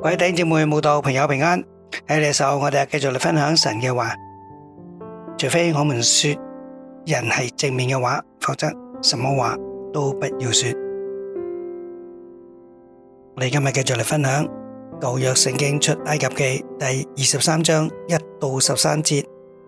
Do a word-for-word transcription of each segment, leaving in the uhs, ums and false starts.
各位弟兄姊妹、慕道朋友平安。喺呢個時候，我哋繼續嚟分享神嘅話。除非我們說人係正面嘅話，否則什麼話都不要說。我哋今日繼續嚟分享舊約聖經出埃及記第二十三章一到十三節。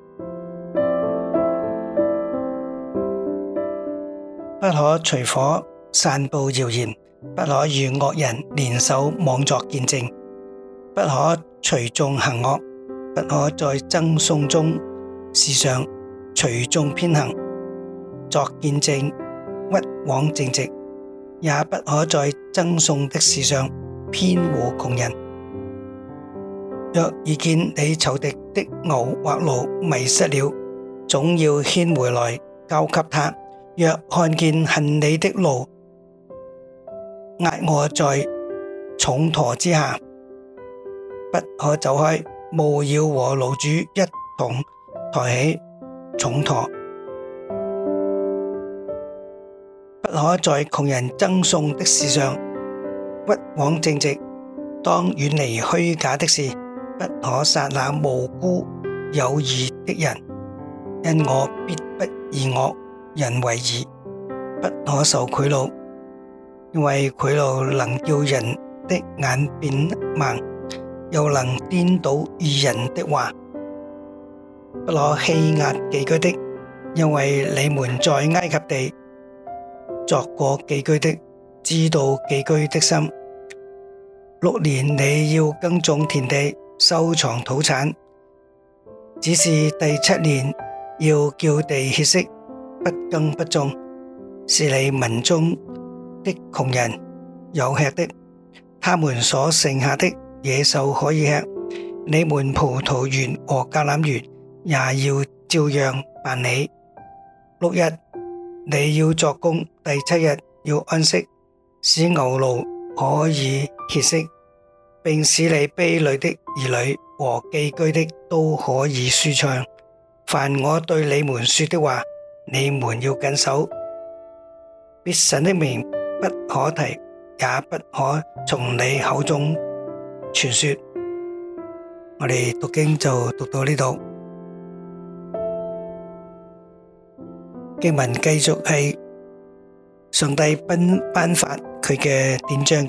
不可隨夥散布謠言，不可與惡人聯手妄作見證，不可隨眾行惡，不可在爭訟中事上隨眾偏行，作見證屈枉正直，也不可在爭訟的事上偏護窮人。若遇見你仇敵的牛或驢迷失了，總要牽回來交給他。若看見恨你的驢壓臥在重馱之下，不可走開，務要和驢主一同抬起重馱。不可在窮人爭訟的事上屈枉正直，當遠離虛假的事，不可殺那無辜有義的人，因我必不以惡人為義。不可受賄賂，因為賄賂能叫人的眼變盲，又能顛倒義人的話。不可欺壓寄居的，因為你們在埃及地作過寄居的，知道寄居的心。六年你要耕種田地，收藏土產，只是第七年要叫地歇息，不耕不種，是你民中的窮人有吃的，他們所剩下的野獸可以吃。你們葡萄園和橄欖園也要照樣辦理。六日你要作工，第七日要安息，使牛驢可以歇息，並使你婢女的兒女和寄居的都可以舒暢。凡我對你們說的話，你們要謹守。別神的名不可提，也不可從你口中傳說。我哋讀經就讀到呢度，經文繼續係上帝頒頒發佢嘅典章。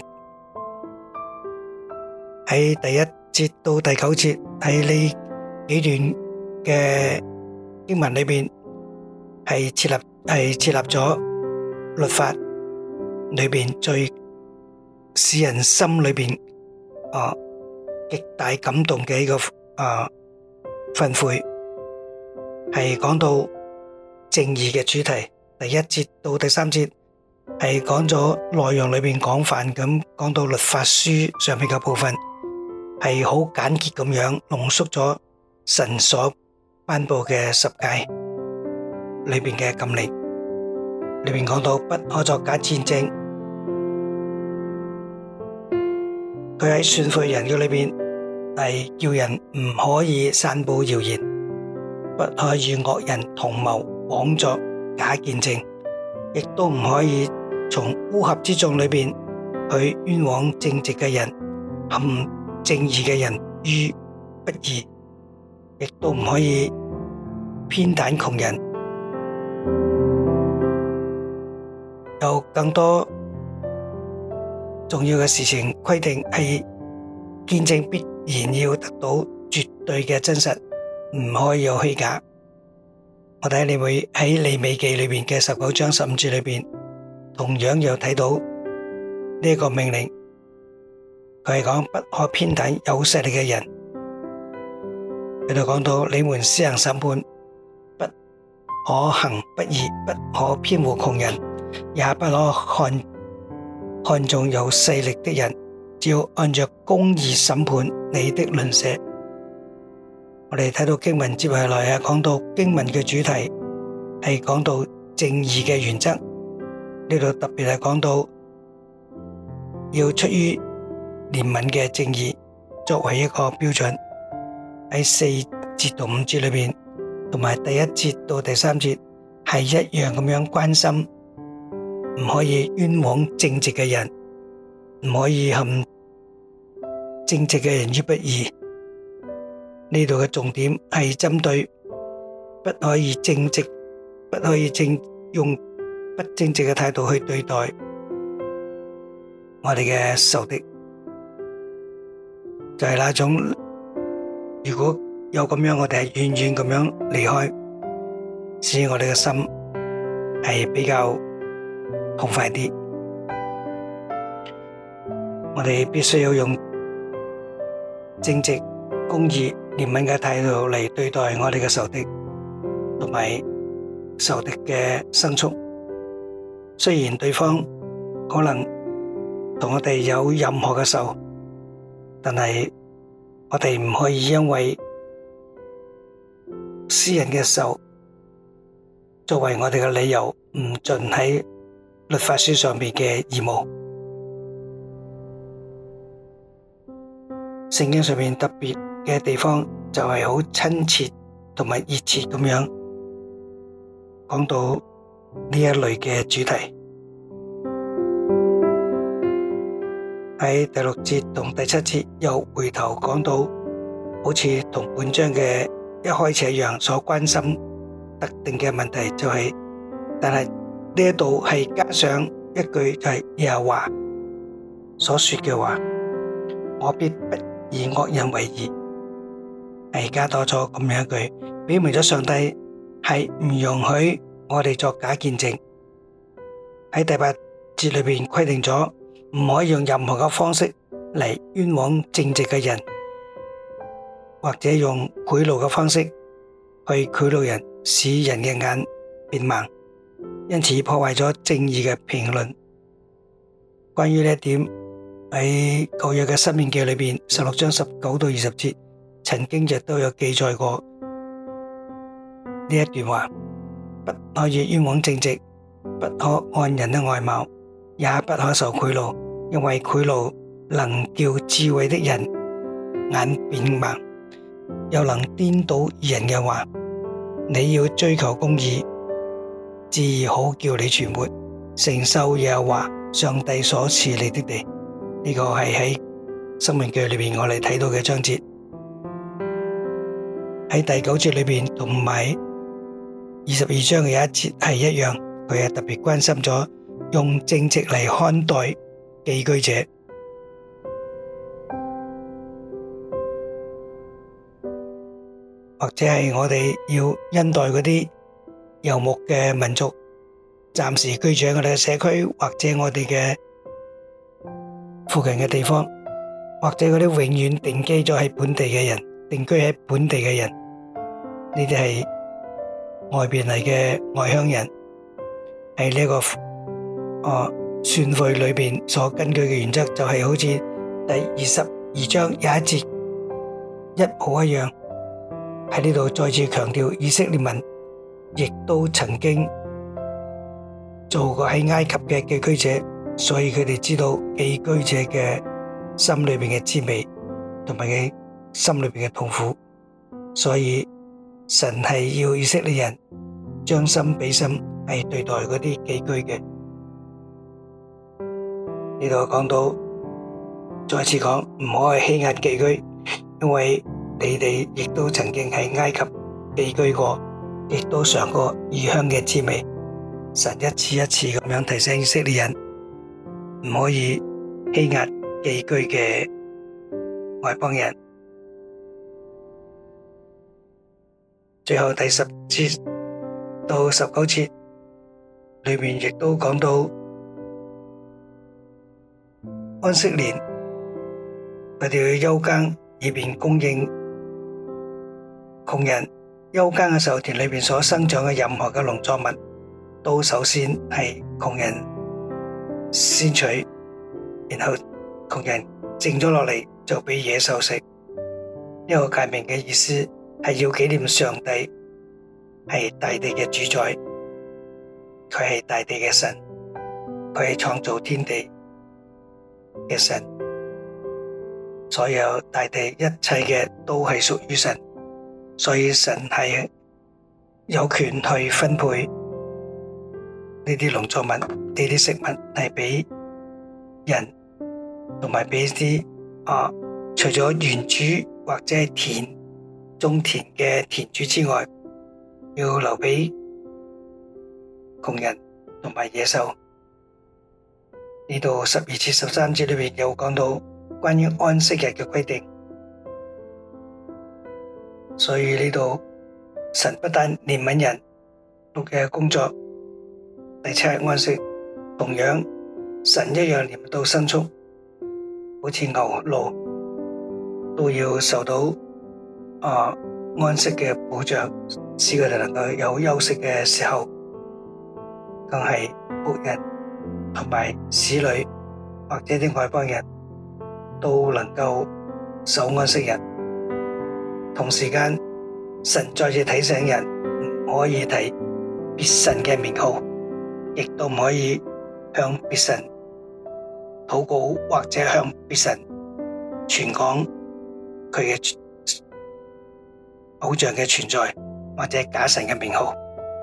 喺第一節到第九節，喺呢幾段嘅經文裏邊係設立係設立咗律法裏邊最使人心裏邊啊極大感動嘅一個啊訓誨，係講到正義嘅主題。第一節到第三節係講咗內容裏邊廣泛咁講到律法書上面嘅部分，係好簡潔咁樣濃縮咗神所頒布嘅十誡裏邊嘅禁令。裏面講到不可作假見證，佢喺勸誨人嘅裏邊係叫人唔可以散布謠言，不可以與惡人同謀妄作假見證，亦都唔可以從烏合之眾裏邊去冤枉正直嘅人，陷正義嘅人於不義，亦都唔可以偏袒窮人。有更多重要嘅事情規定，係見證必然要得到絕對嘅真實，唔可以有虛假。我哋喺利未喺利未記裏邊嘅十九章十五節裏邊，同樣又睇到呢一個命令，佢係講不可偏袒有勢力嘅人。佢就講到你們施行審判，不可行不義，不可偏護窮人，也不可看看重有勢力的人，只要按着公義審判你的鄰舍。我哋睇到經文接下來係講到經文嘅主題係講到正義嘅原則，呢度特別係講到要出於憐憫嘅正義作為一個標準。喺四節到五節裏邊，同埋第一節到第三節係一樣咁樣關心，唔可以冤枉正直嘅人，唔可以陷正直嘅人於不義。呢度嘅重點係針對不可以正直，不可以正用不正直嘅態度去對待我哋嘅仇敵，就係那種如果有咁樣，我哋係遠遠咁樣離開，使我哋嘅心係比較痛快啲。我哋必須要用正直、公義、憐憫嘅態度嚟對待我哋嘅仇敵同埋仇敵嘅牲畜。雖然對方可能同我哋有任何嘅仇，但係我哋唔可以因為私人嘅仇作為我哋嘅理由，唔盡喺律法書上面嘅義務。聖經上面特別嘅地方就係好親切同埋熱切咁樣講到呢一類嘅主題。喺第六節同第七節又回頭講到，好似同本章嘅一開始一樣，所關心特定嘅問題就係、是，但係呢一度係加上一句就係耶和華所說嘅話，我必不以惡人為義，係加多咗咁樣一句，表明咗上帝係唔容許我哋作假見證。喺第八節裏邊規定咗，唔可以用任何嘅方式嚟冤枉正直嘅人，或者用賄賂嘅方式去賄賂人，使人嘅眼變盲，因此破壞咗正義嘅評論。關於呢一點，喺舊約嘅申命記裏邊十六章十九到二十節，曾經亦都有記載過呢一段話：不可以冤枉正直，不可按人的外貌，也不可受賄賂，因為賄賂能叫智慧的人眼變盲，又能顛倒義人嘅話。你要追求公義，自好叫你存活，承受耶和華上帝所賜你的地。呢、這個係喺申命記裏面我哋睇到嘅章節。喺第九節裏邊同埋二十二章嘅有一節係一樣，佢係特別關心咗用正直嚟看待寄居者，或者係我哋要恩待嗰啲游牧嘅民族，暫時居住喺我哋嘅社區，或者我哋嘅附近嘅地方，或者嗰啲永遠定居咗喺本地嘅人，定居喺本地嘅人，呢啲係外邊嚟嘅外鄉人，喺呢、這個啊算費裏邊所根據嘅原則，就係好似第二十二章有一節一模一樣。喺呢度再次強調，以色列民亦都曾經做過喺埃及嘅寄居者，所以佢哋知道寄居者嘅心裏邊嘅滋味，同埋佢心裏邊嘅痛苦。所以神係要以色列人將心比心，係對待嗰啲寄居嘅。呢度講到，再次講唔可以欺壓寄居，因為你哋亦都曾經喺埃及寄居過，亦都嘗過異鄉嘅滋味。神一次一次咁樣提醒以色列人，唔可以欺壓寄居嘅外邦人。最後第十節到十九節裏面亦都講到安息年，佢哋要休耕，以便供應窮人。休耕嘅時候，田裏邊所生長嘅任何嘅農作物，都首先係窮人先取，然後窮人剩咗落嚟就俾野獸食。呢個誡命嘅意思係要紀念上帝係大地嘅主宰，佢係大地嘅神，佢係創造天地嘅神，所有大地一切嘅都係屬於神，所以神係有權去分配呢啲農作物，呢啲食物係俾人同埋俾啲啊除咗園主或者係田種田嘅田主之外，要留俾窮人同埋野獸。呢度十二至十三節裏面有講到關於安息日嘅規定，所以呢度神不但憐憫人六日嘅工作，第七日安息，同樣神一樣憐到牲畜，好似牛驢都要受到啊安息嘅保障，使佢哋能夠有休息嘅時候，更係僕人同埋使女或者啲外邦人都能夠守安息日。同時間，神再次提醒人唔可以提別神嘅名號，亦都唔可以向別神禱告或者向別神傳講佢嘅偶像嘅存在或者假神嘅名號。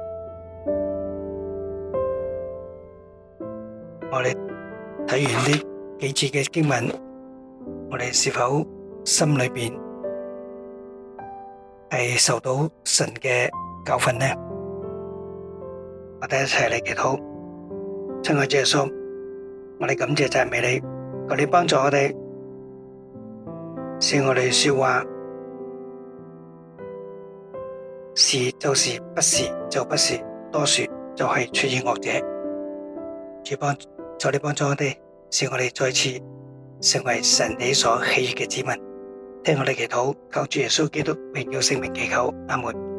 我哋睇完呢幾節嘅經文，我哋是否心裏邊係受到神嘅教訓呢？我哋一齊嚟祈禱。親愛主耶穌，我哋感謝讚美你，求你幫助我哋，使我哋說話是就是，不是就不是，多說就係出於惡者。主幫求你幫助我哋，使我哋再次成為神你所喜悅嘅子民。聽我哋祈禱，求主耶穌基督榮耀聖名祈求，阿門。